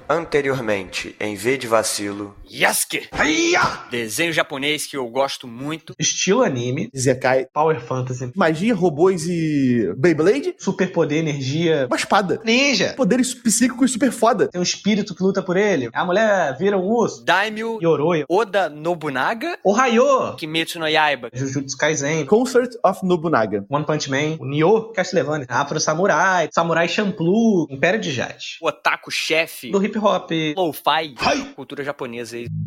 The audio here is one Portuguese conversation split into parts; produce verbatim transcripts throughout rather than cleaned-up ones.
Anteriormente, em V de Vacilo. Yasuke! Desenho japonês que eu gosto muito. Estilo anime. Zekai. Power Fantasy. Magia, robôs e Beyblade. Superpoder, energia. Uma espada. Ninja. Poderes psíquicos super foda. Tem um espírito que luta por ele. A mulher vira um urso. Daimyo. Yoroi. Oda Nobunaga. Ohio. Kimetsu no Yaiba. Jujutsu Kaisen. Concert of Nobunaga. One Punch Man. O Nioh Castlevania. Afro Samurai. Samurai Champloo. Império de Jade. O Otaku Chefe. Do hip hop. Lo-fi. Cultura japonesa aí.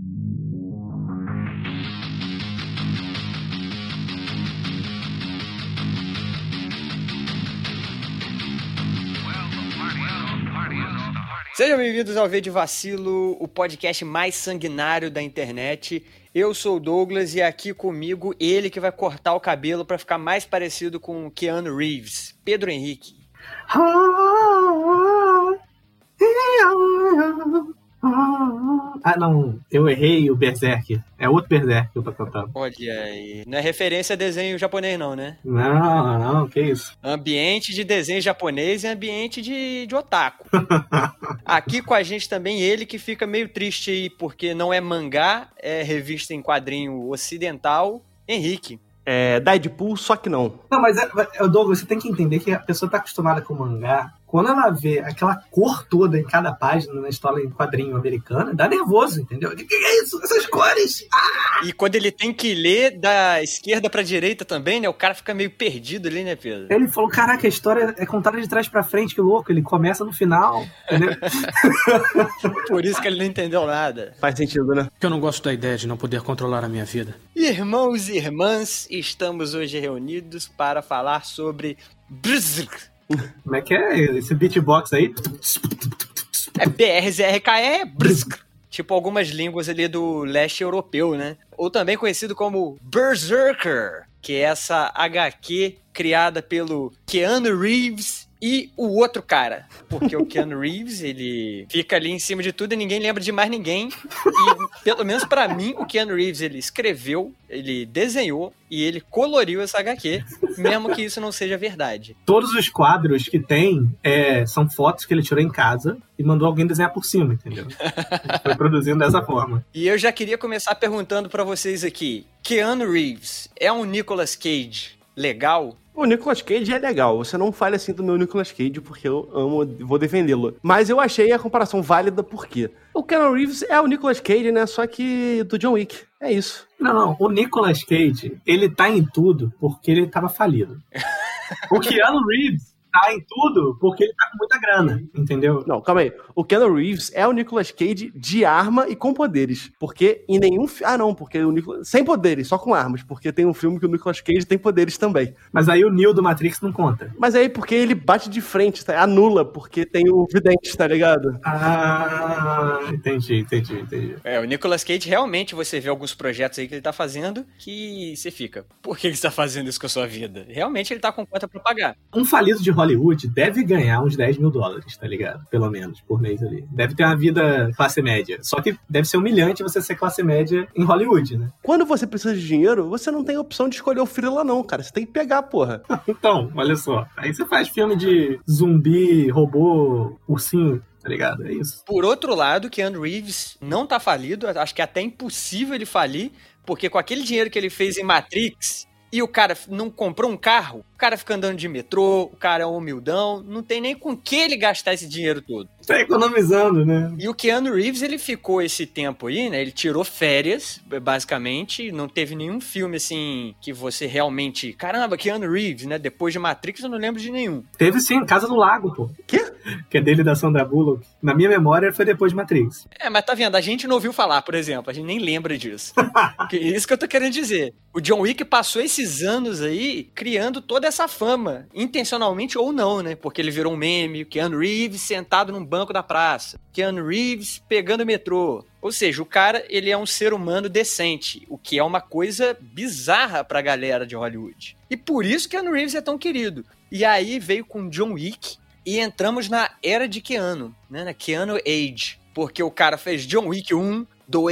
Sejam bem-vindos ao V de Vacilo, o podcast mais sanguinário da internet. Eu sou o Douglas e aqui comigo ele que vai cortar o cabelo para ficar mais parecido com o Keanu Reeves, Pedro Henrique. Ah, não. Eu errei o Berserk. É outro Berserk que eu tô cantando. Olha aí. Não é referência a desenho japonês não, né? Não, não. Que isso? Ambiente de desenho japonês e ambiente de, de otaku. Aqui com a gente também ele que fica meio triste aí porque não é mangá, é revista em quadrinho ocidental, Henrique. É Deadpool, só que não. Não, mas, é, Douglas, você tem que entender que a pessoa tá acostumada com o mangá. Quando ela vê aquela cor toda em cada página na história em quadrinho americana, dá nervoso, entendeu? O que, que é isso? Essas cores! Ah! E quando ele tem que ler da esquerda pra direita também, né? O cara fica meio perdido ali, né, Pedro? Ele falou, caraca, a história é contada de trás pra frente, que louco. Ele começa no final, entendeu? Por isso que ele não entendeu nada. Faz sentido, né? Porque eu não gosto da ideia de não poder controlar a minha vida. Irmãos e irmãs, estamos hoje reunidos para falar sobre Berserk. Como é que é esse beatbox aí? É B R Z R K E, Berserk. Tipo algumas línguas ali do leste europeu, né? Ou também conhecido como Berserker, que é essa H Q criada pelo Keanu Reeves e o outro cara. Porque o Keanu Reeves, ele fica ali em cima de tudo e ninguém lembra de mais ninguém. E, pelo menos pra mim, o Keanu Reeves, ele escreveu, ele desenhou e ele coloriu essa H Q, mesmo que isso não seja verdade. Todos os quadros que tem é, são fotos que ele tirou em casa e mandou alguém desenhar por cima, entendeu? Ele foi produzindo dessa forma. E eu já queria começar perguntando pra vocês aqui. Keanu Reeves é um Nicolas Cage legal? O Nicolas Cage é legal, você não fale assim do meu Nicolas Cage, porque eu amo, vou defendê-lo. Mas eu achei a comparação válida porque o Keanu Reeves é o Nicolas Cage, né, só que do John Wick, é isso. Não, não, o Nicolas Cage, ele tá em tudo porque ele tava falido. O Keanu Reeves tá em tudo porque ele tá com muita grana, entendeu? Não, calma aí. O Keanu Reeves é o Nicolas Cage de arma e com poderes. Porque em nenhum... Fi- ah, não, porque o Nicolas... Sem poderes, só com armas. Porque tem um filme que o Nicolas Cage tem poderes também. Mas aí o Neo do Matrix não conta. Mas aí porque ele bate de frente, tá? Anula, porque tem o vidente, tá ligado? Ah, entendi, entendi, entendi. É, o Nicolas Cage, realmente, você vê alguns projetos aí que ele tá fazendo que você fica, por que ele está fazendo isso com a sua vida? Realmente ele tá com conta pra pagar. Um falido de Hollywood deve ganhar uns dez mil dólares, tá ligado? Pelo menos, por mês ali. Deve ter uma vida classe média. Só que deve ser humilhante você ser classe média em Hollywood, né? Quando você precisa de dinheiro, você não tem a opção de escolher o freela não, cara. Você tem que pegar, porra. Então, olha só. Aí você faz filme de zumbi, robô, ursinho, tá ligado? É isso. Por outro lado, Keanu Reeves não tá falido, acho que é até impossível ele falir, porque com aquele dinheiro que ele fez em Matrix e o cara não comprou um carro, o cara fica andando de metrô, o cara é um humildão, não tem nem com que ele gastar esse dinheiro todo. Tá economizando, né? E o Keanu Reeves, ele ficou esse tempo aí, né? Ele tirou férias, basicamente. Não teve nenhum filme, assim, que você realmente... Caramba, Keanu Reeves, né? Depois de Matrix, eu não lembro de nenhum. Teve sim, Casa do Lago, pô. Quê? Que é dele, da Sandra Bullock. Na minha memória, foi depois de Matrix. É, mas tá vendo? A gente não ouviu falar, por exemplo. A gente nem lembra disso. É isso que eu tô querendo dizer. O John Wick passou esses anos aí criando toda essa fama. Intencionalmente ou não, né? Porque ele virou um meme. O Keanu Reeves sentado num banco da praça. Keanu Reeves pegando o metrô. Ou seja, o cara, ele é um ser humano decente, o que é uma coisa bizarra pra galera de Hollywood. E por isso que Keanu Reeves é tão querido. E aí veio com John Wick e entramos na era de Keanu, né? Na Keanu Age. Porque o cara fez John Wick um, dois,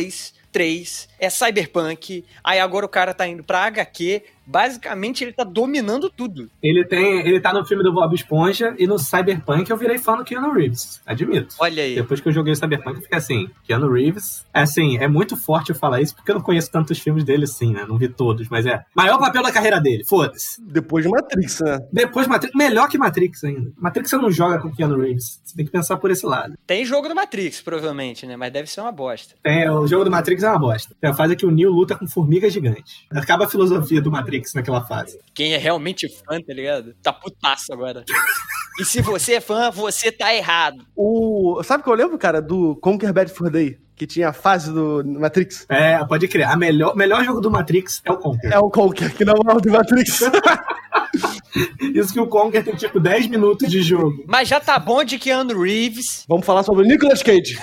três, é Cyberpunk, aí agora o cara tá indo pra H Q, basicamente ele tá dominando tudo. Ele tem, ele tá no filme do Bob Esponja e no Cyberpunk eu virei fã do Keanu Reeves, admito. Olha aí. Depois que eu joguei o Cyberpunk eu fiquei assim, Keanu Reeves, é assim, é muito forte eu falar isso porque eu não conheço tantos filmes dele assim, né, não vi todos, mas é, maior papel da carreira dele, foda-se. Depois de Matrix, né? Depois Matrix, melhor que Matrix ainda. Matrix você não joga com Keanu Reeves, você tem que pensar por esse lado. Tem jogo do Matrix, provavelmente, né, mas deve ser uma bosta. É, o jogo do Matrix é uma bosta. A fase é que o Neo luta com formigas gigantes. Acaba a filosofia do Matrix naquela fase. Quem é realmente fã, tá ligado? Tá putaço agora. E se você é fã, você tá errado. O... Sabe o que eu lembro, cara, do Conquer Bad Fur Day? Que tinha a fase do Matrix. É, pode crer. O melhor, melhor jogo do Matrix é o Conquer. É o Conquer, que não é o do Matrix. Isso que o Conquer tem tipo dez minutos de jogo. Mas já tá bom de Keanu Reeves. Vamos falar sobre o Nicolas Cage.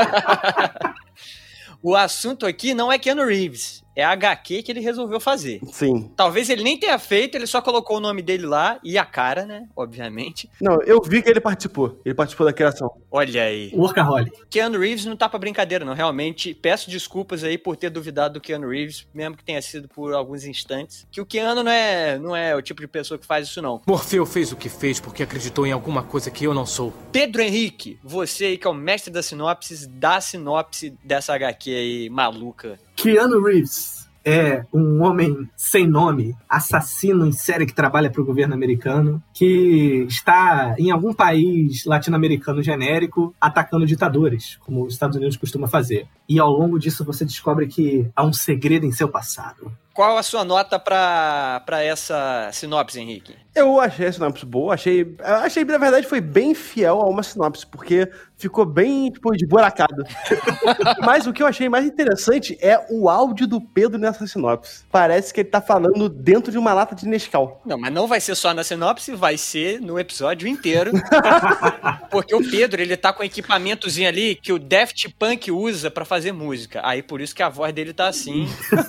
O assunto aqui não é Keanu Reeves. É a H Q que ele resolveu fazer. Sim. Talvez ele nem tenha feito, ele só colocou o nome dele lá e a cara, né? Obviamente. Não, eu vi que ele participou. Ele participou da criação. Olha aí. Workaholic. Keanu Reeves não tá pra brincadeira, não. Realmente, peço desculpas aí por ter duvidado do Keanu Reeves, mesmo que tenha sido por alguns instantes. Que o Keanu não é, não é o tipo de pessoa que faz isso, não. Morfeu fez o que fez porque acreditou em alguma coisa que eu não sou. Pedro Henrique, você aí que é o mestre das sinopses, dá a sinopse dessa H Q aí maluca. Keanu Reeves é um homem sem nome, assassino em série que trabalha para o governo americano, que está em algum país latino-americano genérico atacando ditadores, como os Estados Unidos costuma fazer. E ao longo disso você descobre que há um segredo em seu passado. Qual a sua nota pra, pra essa sinopse, Henrique? Eu achei a sinopse boa, achei, achei, na verdade, foi bem fiel a uma sinopse, porque ficou bem, tipo, esburacado. Mas o que eu achei mais interessante é o áudio do Pedro nessa sinopse. Parece que ele tá falando dentro de uma lata de Nescau. Não, mas não vai ser só na sinopse, vai ser no episódio inteiro. Porque o Pedro, ele tá com um equipamentozinho ali que o Daft Punk usa pra fazer música. Aí por isso que a voz dele tá assim.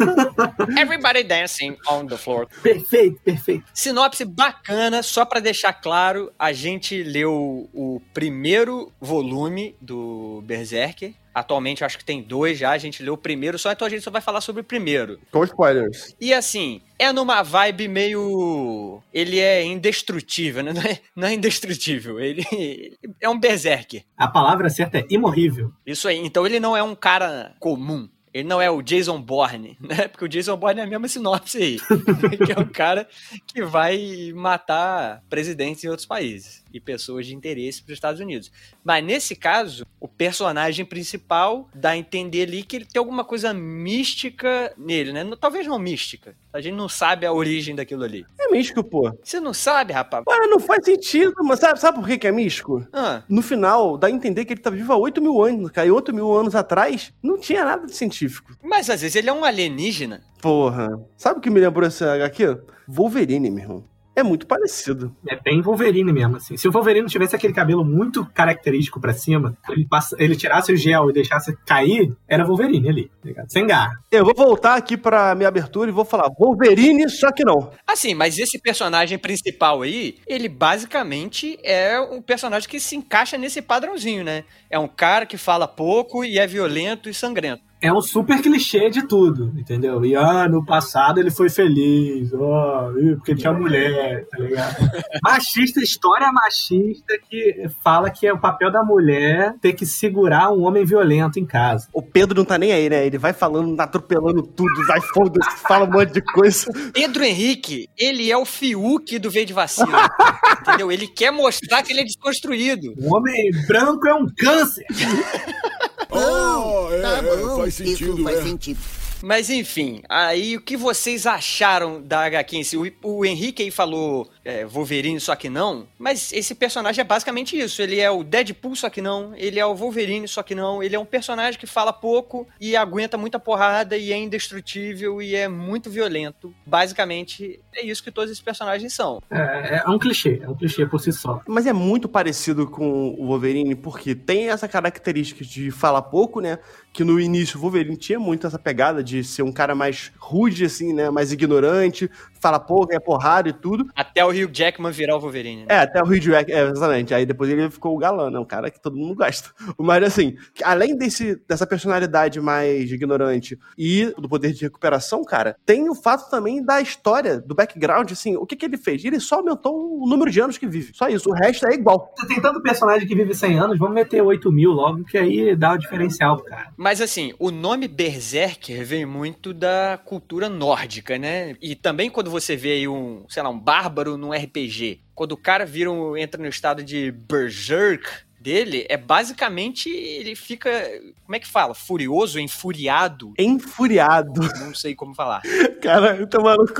Everybody dancing on the floor. Perfeito, perfeito. Sinopse bacana, só pra deixar claro, a gente leu o primeiro volume do Berserker. Atualmente eu acho que tem dois já, a gente leu o primeiro só, então a gente só vai falar sobre o primeiro. Com spoilers. E assim, é numa vibe meio... Ele é indestrutível, né? Não é, não é indestrutível, ele, ele é um berserker. A palavra certa é imorrível. Isso aí, então ele não é um cara comum. Ele não é o Jason Bourne, né? Porque o Jason Bourne é a mesma sinopse aí. Que é um cara que vai matar presidentes em outros países e pessoas de interesse para os Estados Unidos. Mas nesse caso, o personagem principal dá a entender ali que ele tem alguma coisa mística nele, né? Talvez não mística. A gente não sabe a origem daquilo ali. É místico, pô. Você não sabe, rapaz? Ué, não faz sentido, mas sabe, sabe por que que é místico? Ah. No final, dá a entender que ele tá vivo há oito mil anos, cara. E oito mil anos atrás, não tinha nada de científico. Mas às vezes ele é um alienígena. Porra. Sabe o que me lembrou esse H Q? Wolverine, meu irmão. É muito parecido. É bem Wolverine mesmo, assim. Se o Wolverine tivesse aquele cabelo muito característico pra cima, ele, passa, ele tirasse o gel e deixasse cair, era Wolverine ali, tá ligado? Sem garra. Eu vou voltar aqui pra minha abertura e vou falar Wolverine, só que não. Assim, mas esse personagem principal aí, ele basicamente é um personagem que se encaixa nesse padrãozinho, né? É um cara que fala pouco e é violento e sangrento. É um super clichê de tudo, entendeu? E ah, no passado ele foi feliz, ó, oh, porque tinha mulher, tá ligado? Machista, história machista que fala que é o papel da mulher ter que segurar um homem violento em casa. O Pedro não tá nem aí, né? Ele vai falando, atropelando tudo, vai foda-se, fala um monte de coisa. Pedro Henrique, ele é o Fiuk do V de Vacilo, entendeu? Ele quer mostrar que ele é desconstruído. O homem branco é um câncer. Oh, é, tá bom, faz sentido, isso faz é. sentido. Mas enfim, aí o que vocês acharam da H Q em si? O, o Henrique aí falou é, Wolverine, só que não, mas esse personagem é basicamente isso. Ele é o Deadpool, só que não. Ele é o Wolverine, só que não. Ele é um personagem que fala pouco e aguenta muita porrada e é indestrutível e é muito violento. Basicamente, é isso que todos esses personagens são. É, é um clichê, é um clichê por si só. Mas é muito parecido com o Wolverine, porque tem essa característica de falar pouco, né? Que no início o Wolverine tinha muito essa pegada de de ser um cara mais rude, assim, né? Mais ignorante, fala pouco, é porrada e tudo. Até o Hugh Jackman virar o Wolverine, né? É, até o Hugh Jackman, é, exatamente. Aí depois ele ficou o galã, né? Um cara que todo mundo gosta. Mas assim, além desse, dessa personalidade mais ignorante e do poder de recuperação, cara, tem o fato também da história, do background, assim, o que que ele fez? Ele só aumentou o número de anos que vive. Só isso, o resto é igual. Tem tanto personagem que vive cem anos, vamos meter oito mil logo, que aí dá o diferencial, cara. Mas assim, o nome Berserker vem muito da cultura nórdica, né? E também quando você vê aí um, sei lá, um bárbaro num R P G, quando o cara vira um, entra no estado de Berserk dele, é basicamente, ele fica, como é que fala? Furioso, enfuriado? Enfuriado. Não sei como falar. Cara, tá maluco.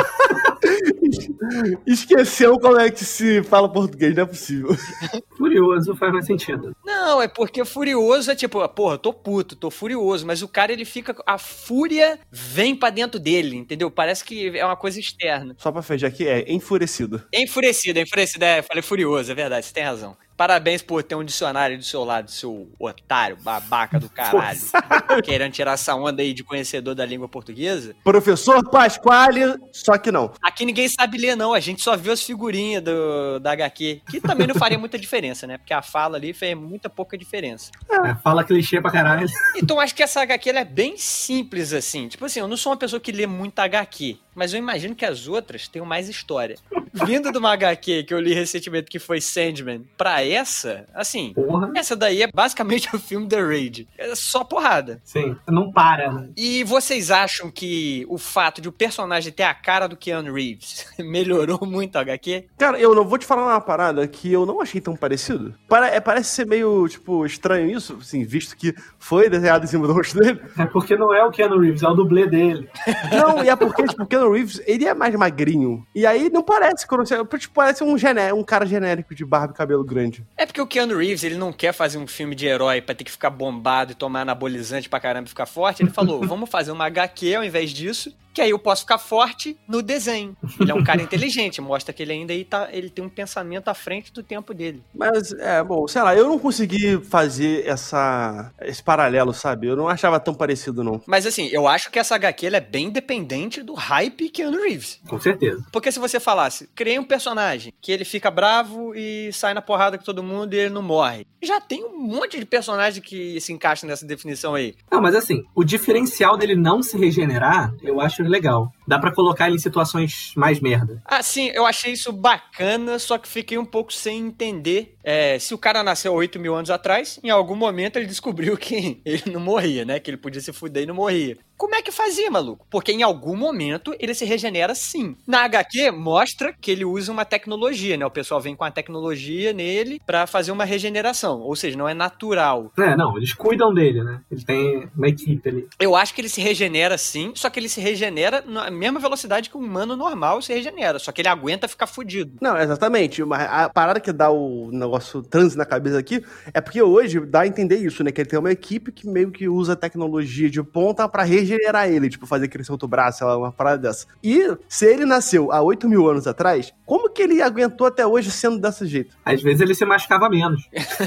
Esqueceu como é que se fala português, não é possível. Furioso faz mais sentido. Não, é porque furioso é tipo, porra, tô puto, tô furioso, mas o cara, ele fica, a fúria vem pra dentro dele, entendeu? Parece que é uma coisa externa. Só pra fechar aqui, é enfurecido. Enfurecido, enfurecido, é, falei furioso, é verdade, você tem razão. Parabéns por ter um dicionário do seu lado, seu otário, babaca do caralho. Querendo tirar essa onda aí de conhecedor da língua portuguesa. Professor Pasquale, só que não. Aqui ninguém sabe ler, não. A gente só viu as figurinhas do, da agá quê. Que também não faria muita diferença, né? Porque a fala ali fez muita pouca diferença. É, fala clichê pra caralho. Então acho que essa agá quê ela é bem simples, assim. Tipo assim, eu não sou uma pessoa que lê muito agá quê. Mas eu imagino que as outras tenham mais história. Vindo de uma agá quê que eu li recentemente, que foi Sandman, pra essa, assim, Porra. Essa daí é basicamente o filme The Raid. É só porrada. Sim, não para, né? E vocês acham que o fato de o personagem ter a cara do Keanu Reeves melhorou muito a agá quê? Cara, eu não vou te falar uma parada que eu não achei tão parecido. Para, é, parece ser meio, tipo, estranho isso, assim, visto que foi desenhado em cima do rosto dele. É porque não é o Keanu Reeves, é o dublê dele. Não, e é porque, tipo, o Keanu Reeves, ele é mais magrinho. E aí não parece, quando você, tipo, parece um, gené, um cara genérico de barba e cabelo grande. É porque o Keanu Reeves, ele não quer fazer um filme de herói pra ter que ficar bombado e tomar anabolizante pra caramba e ficar forte. Ele falou, vamos fazer uma agá quê ao invés disso, que aí eu posso ficar forte no desenho. Ele é um cara inteligente, mostra que ele ainda aí tá, ele tem um pensamento à frente do tempo dele. Mas, é, bom, sei lá, eu não consegui fazer essa, esse paralelo, sabe? Eu não achava tão parecido, não. Mas assim, eu acho que essa agá quê ela é bem dependente do hype Keanu Reeves. Com certeza. Porque se você falasse, criei um personagem que ele fica bravo e sai na porrada com todo mundo e ele não morre. Já tem um monte de personagem que se encaixa nessa definição aí. Não, mas assim, o diferencial dele não se regenerar, eu acho legal. Dá pra colocar ele em situações mais merda. Ah, sim, eu achei isso bacana, só que fiquei um pouco sem entender. É, se o cara nasceu oito mil anos atrás, em algum momento ele descobriu que ele não morria, né? Que ele podia se fuder e não morria. Como é que fazia, maluco? Porque em algum momento ele se regenera sim. Na agá quê mostra que ele usa uma tecnologia, né? O pessoal vem com a tecnologia nele pra fazer uma regeneração. Ou seja, não é natural. É, não, eles cuidam dele, né? Ele tem uma equipe ali. Eu acho que ele se regenera sim, só que ele se regenera na mesma velocidade que um humano normal se regenera. Só que ele aguenta ficar fudido. Não, exatamente. A parada que dá o negócio transe na cabeça aqui é porque hoje dá a entender isso, né? Que ele tem uma equipe que meio que usa tecnologia de ponta pra regenerar ele, tipo, fazer crescer outro braço, sei lá, uma parada dessa. E se ele nasceu há oito mil anos atrás, como que ele aguentou até hoje sendo desse jeito? Às vezes ele se machucava menos.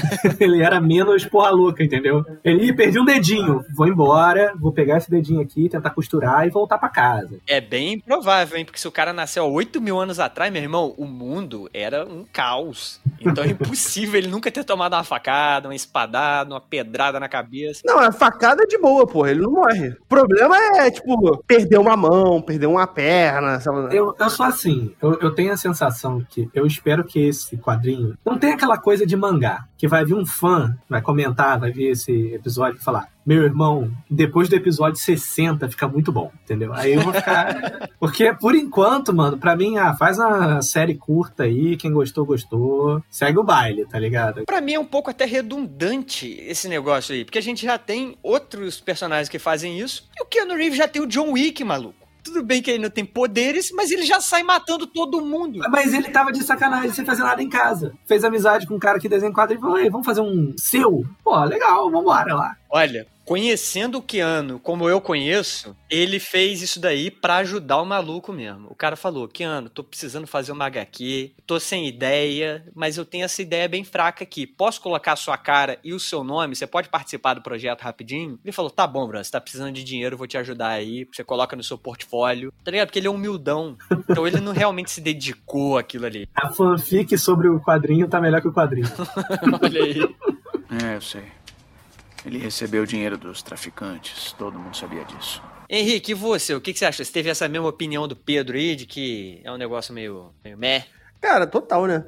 Ele era menos porra louca, entendeu? Ele perdi um dedinho. Vou embora, vou pegar esse dedinho aqui, tentar costurar e voltar pra casa. É bem improvável, hein? Porque se o cara nasceu há oito mil anos atrás, meu irmão, o mundo era um caos. Então é impossível ele nunca ter tomado uma facada, uma espadada, uma pedrada na cabeça. Não, a facada é de boa, porra. Ele não morre. O problema é, tipo, perder uma mão, perder uma perna, sabe? Eu, eu sou assim, eu, eu tenho a sensação que eu espero que esse quadrinho não tenha aquela coisa de mangá, que vai vir um fã, vai comentar, vai ver esse episódio e falar: meu irmão, depois do episódio sessenta fica muito bom, entendeu? Aí eu vou ficar... Porque, por enquanto, mano, pra mim, ah, faz uma série curta aí, quem gostou, gostou. Segue o baile, tá ligado? Pra mim é um pouco até redundante esse negócio aí, porque a gente já tem outros personagens que fazem isso, e o Keanu Reeves já tem o John Wick, maluco. Tudo bem que ele não tem poderes, mas ele já sai matando todo mundo. Mas ele tava de sacanagem, sem fazer nada em casa. Fez amizade com um cara que desenha quadrinho e falou: ei, vamos fazer um seu? Pô, legal, vambora lá. Olha, conhecendo o Keanu como eu conheço, ele fez isso daí pra ajudar o maluco mesmo. O cara falou, Keanu, tô precisando fazer uma agá quê, tô sem ideia, mas eu tenho essa ideia bem fraca aqui. Posso colocar a sua cara e o seu nome? Você pode participar do projeto rapidinho? Ele falou, tá bom, bro, você tá precisando de dinheiro, eu vou te ajudar aí, você coloca no seu portfólio. Tá ligado? Porque ele é humildão. Então ele não realmente se dedicou àquilo ali. A fanfic sobre o quadrinho tá melhor que o quadrinho. Olha aí. É, eu sei. Ele recebeu o dinheiro dos traficantes. Todo mundo sabia disso. Henrique, e você? O que, que você acha? Você teve essa mesma opinião do Pedro aí, de que é um negócio meio, meio meh? Cara, total, né?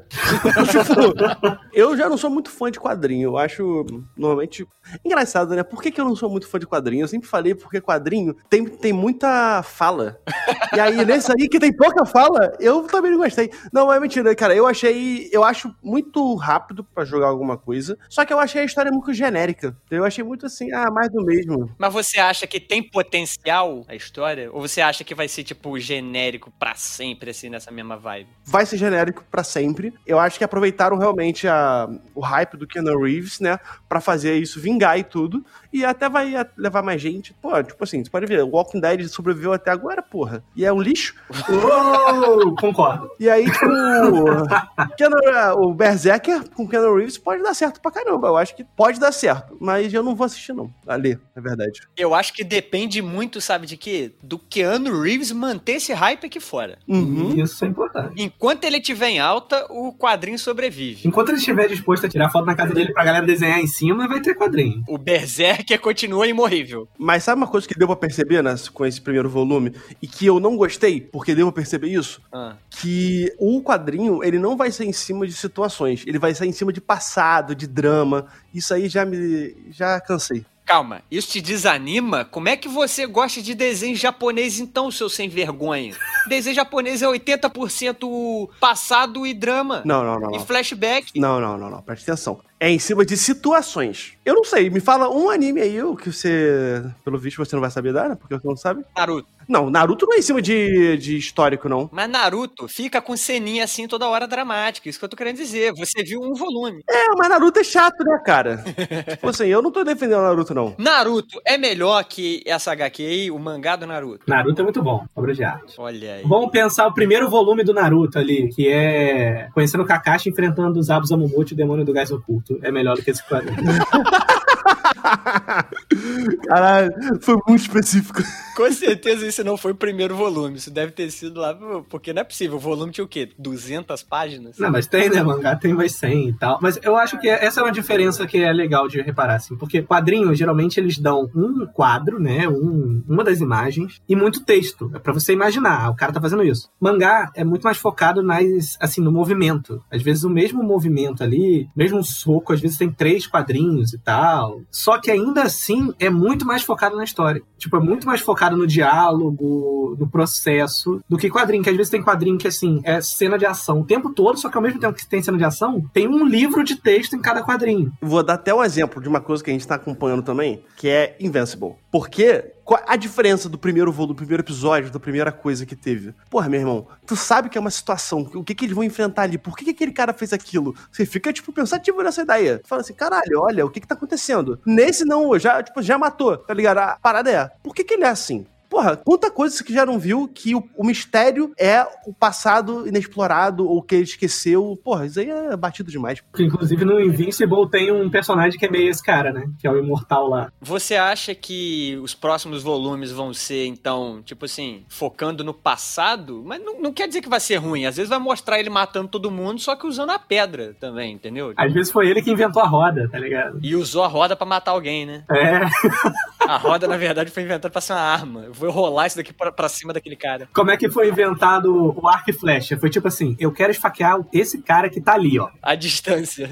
Tipo, eu já não sou muito fã de quadrinho. Eu acho, normalmente... Engraçado, né? Por que, que eu não sou muito fã de quadrinho? Eu sempre falei porque quadrinho tem, tem muita fala. E aí, nesse aí que tem pouca fala, eu também não gostei. Não, é mentira, cara. Eu achei... Eu acho muito rápido pra jogar alguma coisa. Só que eu achei a história muito genérica. Eu achei muito assim, ah, mais do mesmo. Mas você acha que tem potencial a história? Ou você acha que vai ser, tipo, genérico pra sempre, assim, nessa mesma vibe? Vai ser genérico pra sempre. Eu acho que aproveitaram realmente a, o hype do Keanu Reeves, né? Pra fazer isso vingar e tudo. E até vai levar mais gente. Pô, tipo assim, você pode ver, o Walking Dead sobreviveu até agora, porra. E é um lixo. Oh, concordo. E aí, tipo, Keanu, o Berserker com Keanu Reeves pode dar certo pra caramba. Eu acho que pode dar certo. Mas eu não vou assistir, não. A ler, é verdade. Eu acho que depende muito, sabe de quê? Do Keanu Reeves manter esse hype aqui fora. Uhum. Isso é importante. Enquanto ele estiver em alta, o quadrinho sobrevive. Enquanto ele estiver disposto a tirar foto na casa dele pra galera desenhar em cima, vai ter quadrinho. O Berserker continua imorrível. Mas sabe uma coisa que deu pra perceber, né, com esse primeiro volume, e que eu não gostei, porque deu pra perceber isso? Ah. Que o quadrinho, ele não vai ser em cima de situações, ele vai ser em cima de passado, de drama. Isso aí já me... já cansei. Calma, isso te desanima? Como é que você gosta de desenho japonês então, seu sem vergonha? Desenho japonês é oitenta por cento passado e drama. Não, não, não. E não. flashback. Não, não, não, não. Preste atenção. É em cima de situações. Eu não sei, me fala um anime aí, o que você, pelo visto, você não vai saber dar, né? Porque você não sabe. Naruto. Não, Naruto não é em cima de, de histórico, não. Mas Naruto fica com ceninha assim toda hora dramática. Isso que eu tô querendo dizer. Você viu um volume. É, mas Naruto é chato, né, cara? Tipo assim, eu não tô defendendo o Naruto, não. Naruto é melhor que essa agá quê aí, o mangá do Naruto. Naruto é muito bom, obra de arte. Olha aí. Vamos pensar o primeiro volume do Naruto ali, que é conhecendo o Kakashi enfrentando os Zabu Zamomote, o demônio do gás oculto. É melhor do que esse quadrinho. Caralho, foi muito específico. Com certeza isso não foi o primeiro volume. Isso deve ter sido lá, porque não é possível. O volume tinha o quê? duzentas páginas? Não, mas tem, né? Mangá tem mais cem e tal. Mas eu acho que essa é uma diferença que é legal de reparar, assim. Porque quadrinhos, geralmente, eles dão um quadro, né? Um, uma das imagens e muito texto. É pra você imaginar. Ah, o cara tá fazendo isso. Mangá é muito mais focado nas, assim, no movimento. Às vezes o mesmo movimento ali, mesmo soco, às vezes tem três quadrinhos e tal. Só que ainda assim é muito mais focado na história. Tipo, é muito mais focado no diálogo, no processo, do que quadrinho, que às vezes tem quadrinho que, assim, é cena de ação o tempo todo, só que ao mesmo tempo que tem cena de ação, tem um livro de texto em cada quadrinho. Vou dar até um exemplo de uma coisa que a gente tá acompanhando também, que é Invincible. Porque a diferença do primeiro volume, do primeiro episódio, da primeira coisa que teve. Porra, meu irmão, tu sabe que é uma situação, o que que eles vão enfrentar ali, por que que aquele cara fez aquilo? Você fica, tipo, pensativo nessa ideia. Fala assim, caralho, olha, o que que tá acontecendo? Nesse não, já, tipo, já matou, tá ligado? A parada é, por que que ele é assim? Porra, quanta coisa você que já não viu que o, o mistério é o passado inexplorado ou que ele esqueceu. Porra, isso aí é batido demais. Inclusive no Invincible tem um personagem que é meio esse cara, né? Que é o imortal lá. Você acha que os próximos volumes vão ser, então, tipo assim, focando no passado? Mas não, não quer dizer que vai ser ruim. Às vezes vai mostrar ele matando todo mundo, só que usando a pedra também, entendeu? Às vezes foi ele que inventou a roda, tá ligado? E usou a roda pra matar alguém, né? É. A roda, na verdade, foi inventada pra ser uma arma. Eu vou rolar isso daqui pra, pra cima daquele cara. Como é que foi inventado o arco e flecha? Foi tipo assim, eu quero esfaquear esse cara que tá ali, ó. A distância.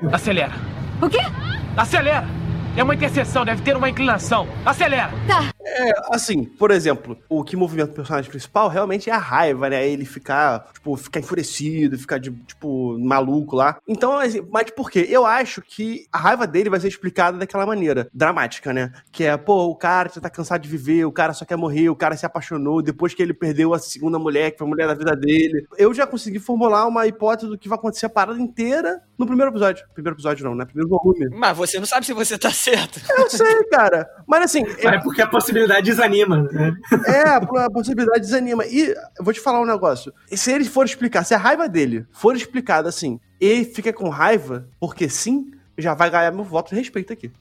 Acelera. O quê? Acelera. É uma interseção, deve ter uma inclinação. Acelera. Tá. É, assim, por exemplo, o que movimenta o personagem principal realmente é a raiva, né? Ele ficar, tipo, ficar enfurecido, ficar, de, tipo, maluco lá. Então, assim, mas por quê? Eu acho que a raiva dele vai ser explicada daquela maneira dramática, né? Que é, pô, o cara já tá cansado de viver, o cara só quer morrer, o cara se apaixonou depois que ele perdeu a segunda mulher, que foi a mulher da vida dele. Eu já consegui formular uma hipótese do que vai acontecer a parada inteira no primeiro episódio. Primeiro episódio não, né? Primeiro volume. Mas você não sabe se você tá certo. Eu sei, cara. Mas assim... É porque a possibilidade desanima, né? É, a possibilidade desanima. E eu vou te falar um negócio. Se ele for explicar, se a raiva dele for explicada assim, ele fica com raiva, porque sim, já vai ganhar meu voto de respeito aqui.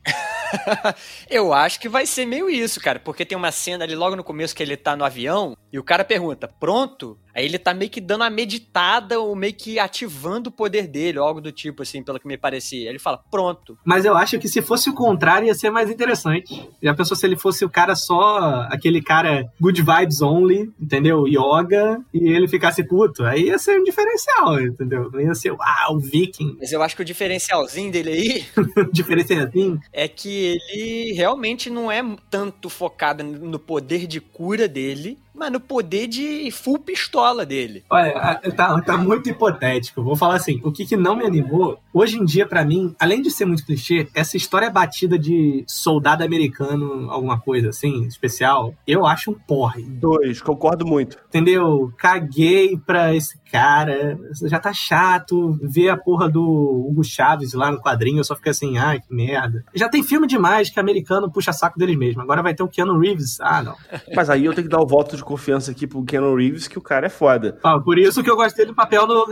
Eu acho que vai ser meio isso, cara, porque tem uma cena ali logo no começo que ele tá no avião e o cara pergunta, pronto? Aí ele tá meio que dando uma meditada ou meio que ativando o poder dele, ou algo do tipo, assim, pelo que me parecia. Ele fala, pronto. Mas eu acho que se fosse o contrário ia ser mais interessante. Já pensou se ele fosse o cara só, aquele cara good vibes only, entendeu? Yoga, e ele ficasse puto. Aí ia ser um diferencial, entendeu? Não ia ser, ah, o viking. Mas eu acho que o diferencialzinho dele aí... diferencialzinho? É que ele realmente não é tanto focado no poder de cura dele, mas no poder de full pistola dele. Olha, tá, tá muito hipotético. Vou falar assim, o que, que não me animou, hoje em dia, pra mim, além de ser muito clichê, essa história batida de soldado americano, alguma coisa assim, especial, eu acho um porre. Dois, concordo muito. Entendeu? Caguei pra esse cara, já tá chato ver a porra do Hugo Chaves lá no quadrinho, eu só fico assim, ai, que merda. Já tem filme demais que americano puxa saco deles mesmo, agora vai ter o Keanu Reeves, ah, não. Mas aí eu tenho que dar o voto de confiança aqui pro Keanu Reeves, que o cara é foda. Ah, por isso que eu gostei do papel no,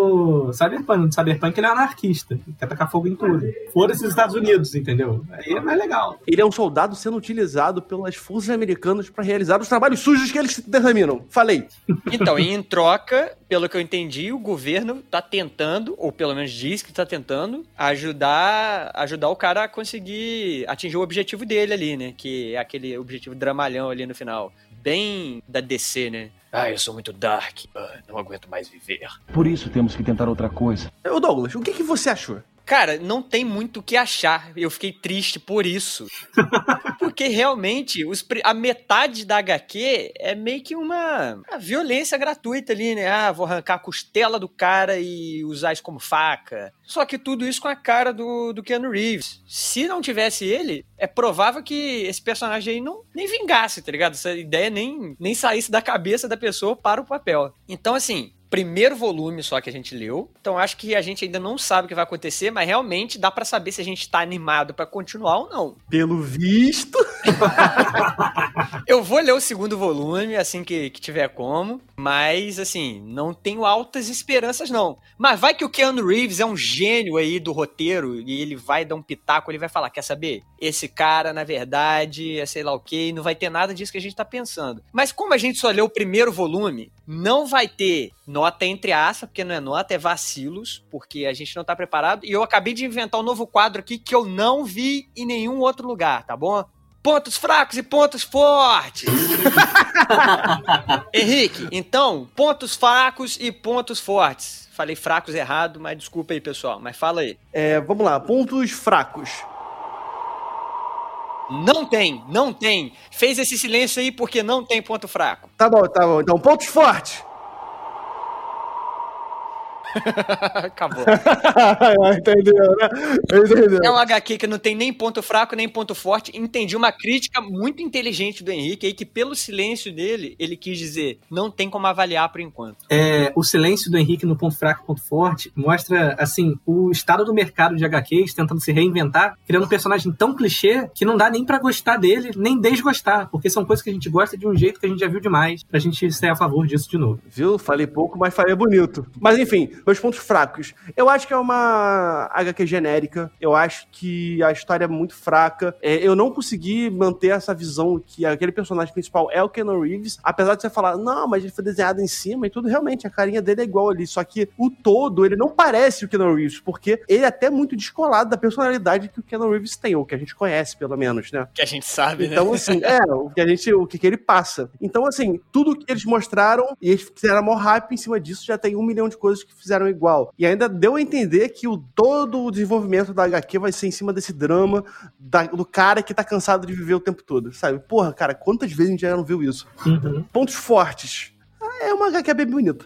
no Cyberpunk. No Cyberpunk ele é anarquista, quer tacar fogo em tudo. Foda-se os Estados Unidos, entendeu? Aí é mais legal. Ele é um soldado sendo utilizado pelas forças americanas pra realizar os trabalhos sujos que eles determinam. Falei. Então, e em troca, pelo que eu entendi, o governo tá tentando, ou pelo menos diz que tá tentando, ajudar, ajudar o cara a conseguir atingir o objetivo dele ali, né? Que é aquele objetivo dramalhão ali no final. Bem da D C, né? Ah, eu sou muito dark, não aguento mais viver. Por isso temos que tentar outra coisa. Ô Douglas, o que, que você achou? Cara, não tem muito o que achar. Eu fiquei triste por isso. Porque realmente, os, a metade da agá quê é meio que uma, uma violência gratuita ali, né? Ah, vou arrancar a costela do cara e usar isso como faca. Só que tudo isso com a cara do, do Keanu Reeves. Se não tivesse ele, é provável que esse personagem aí não, nem vingasse, tá ligado? Essa ideia nem, nem saísse da cabeça da pessoa para o papel. Então, assim... Primeiro volume só que a gente leu, então acho que a gente ainda não sabe o que vai acontecer, mas realmente dá pra saber se a gente tá animado pra continuar ou não. Pelo visto... Eu vou ler o segundo volume assim que, que tiver como, mas assim, não tenho altas esperanças não. Mas vai que o Keanu Reeves é um gênio aí do roteiro e ele vai dar um pitaco, ele vai falar, quer saber? Esse cara, na verdade, é sei lá o quê, e não vai ter nada disso que a gente tá pensando. Mas como a gente só leu o primeiro volume, não vai ter nota entre aspas, porque não é nota, é vacilos, porque a gente não tá preparado. E eu acabei de inventar um novo quadro aqui que eu não vi em nenhum outro lugar, tá bom? Pontos fracos e pontos fortes. Henrique, então, pontos fracos e pontos fortes. Falei fracos errado, mas desculpa aí, pessoal. Mas fala aí. É, vamos lá, pontos fracos. Não tem, não tem. Fez esse silêncio aí porque não tem ponto fraco. Tá bom, tá bom. Então, pontos fortes. Acabou. Entendeu, né? Entendeu. É um agá quê que não tem nem ponto fraco, nem ponto forte. Entendi uma crítica muito inteligente do Henrique aí, que pelo silêncio dele, ele quis dizer, não tem como avaliar por enquanto. É, o silêncio do Henrique no ponto fraco e ponto forte mostra, assim, o estado do mercado de agá quês tentando se reinventar, criando um personagem tão clichê que não dá nem pra gostar dele, nem desgostar, porque são coisas que a gente gosta de um jeito que a gente já viu demais, pra gente ser a favor disso de novo. Viu? Falei pouco, mas falei bonito. Mas enfim, meus pontos fracos. Eu acho que é uma agá quê genérica. Eu acho que a história é muito fraca. É, eu não consegui manter essa visão que aquele personagem principal é o Keanu Reeves. Apesar de você falar, não, mas ele foi desenhado em cima e tudo. Realmente, a carinha dele é igual ali. Só que o todo, ele não parece o Keanu Reeves, porque ele é até muito descolado da personalidade que o Keanu Reeves tem, ou que a gente conhece, pelo menos, né? Que a gente sabe, então, né? Assim, é, o que a gente, o que, que ele passa. Então, assim, tudo que eles mostraram, e eles fizeram a maior hype em cima disso, já tem um milhão de coisas que fizeram fizeram igual. E ainda deu a entender que o, todo o desenvolvimento da agá quê vai ser em cima desse drama da, do cara que tá cansado de viver o tempo todo, sabe? Porra, cara, quantas vezes a gente já não viu isso? Uhum. Pontos fortes. É uma agá quê bem bonita.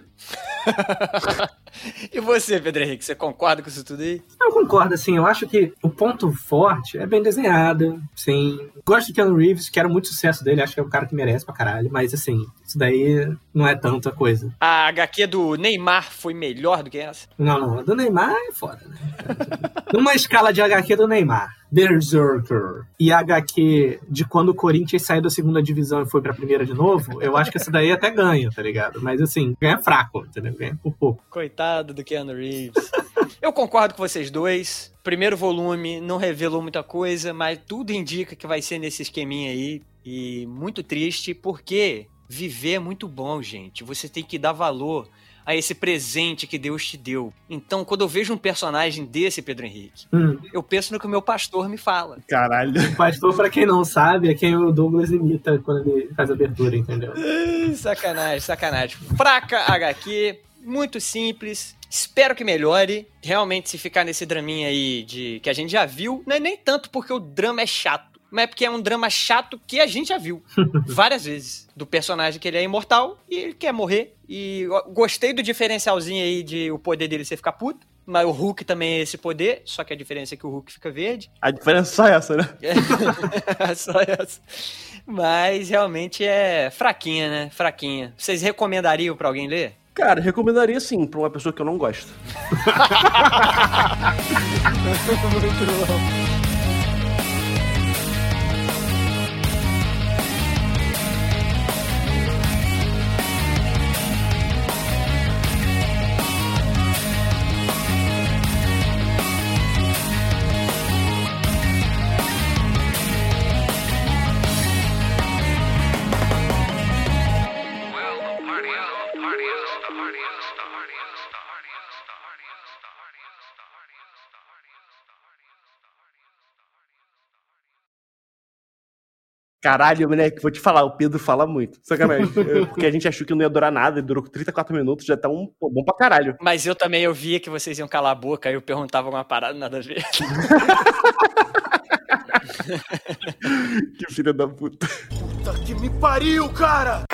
E você, Pedro Henrique, você concorda com isso tudo aí? Eu concordo, assim, eu acho que o ponto forte é bem desenhado, sim. Gosto de Keanu Reeves, quero muito sucesso dele, acho que é um cara que merece pra caralho, mas assim, isso daí não é tanta coisa. A agá quê do Neymar foi melhor do que essa? Não, não, a do Neymar é foda, né? Numa escala de agá quê do Neymar, Berserker, e agá quê de quando o Corinthians saiu da segunda divisão e foi pra primeira de novo, eu acho que essa daí até ganha, tá ligado? Mas assim, ganha fraco, entendeu? Ganha por pouco. Coitado do Keanu Reeves. Eu concordo com vocês dois. Primeiro volume não revelou muita coisa, mas tudo indica que vai ser nesse esqueminha aí. E muito triste, porque viver é muito bom, gente. Você tem que dar valor a esse presente que Deus te deu. Então, quando eu vejo um personagem desse, Pedro Henrique, Hum. eu penso no que o meu pastor me fala. Caralho. O pastor, pra quem não sabe, é quem o Douglas imita quando ele faz a abertura, entendeu? Ai, sacanagem, sacanagem. Fraca agá quê, muito simples. Espero que melhore. Realmente, se ficar nesse draminha aí de que a gente já viu, não é nem tanto porque o drama é chato, mas é porque é um drama chato que a gente já viu várias vezes. Do personagem que ele é imortal e ele quer morrer. E eu gostei do diferencialzinho aí de o poder dele ser ficar puto. Mas o Hulk também é esse poder, só que a diferença é que o Hulk fica verde. A diferença é só essa, né? É só essa. Mas realmente é fraquinha, né? Fraquinha. Vocês recomendariam pra alguém ler? Cara, recomendaria sim, pra uma pessoa que eu não gosto. Muito bom. Caralho, moleque, vou te falar, o Pedro fala muito. Sacanagem. Eu- Porque a gente achou que não ia durar nada, e durou trinta e quatro minutos, já tá um pô, bom pra caralho. Mas eu também eu via que vocês iam calar a boca, aí eu perguntava alguma parada, nada a ver. Que filho da puta. Puta que me pariu, cara!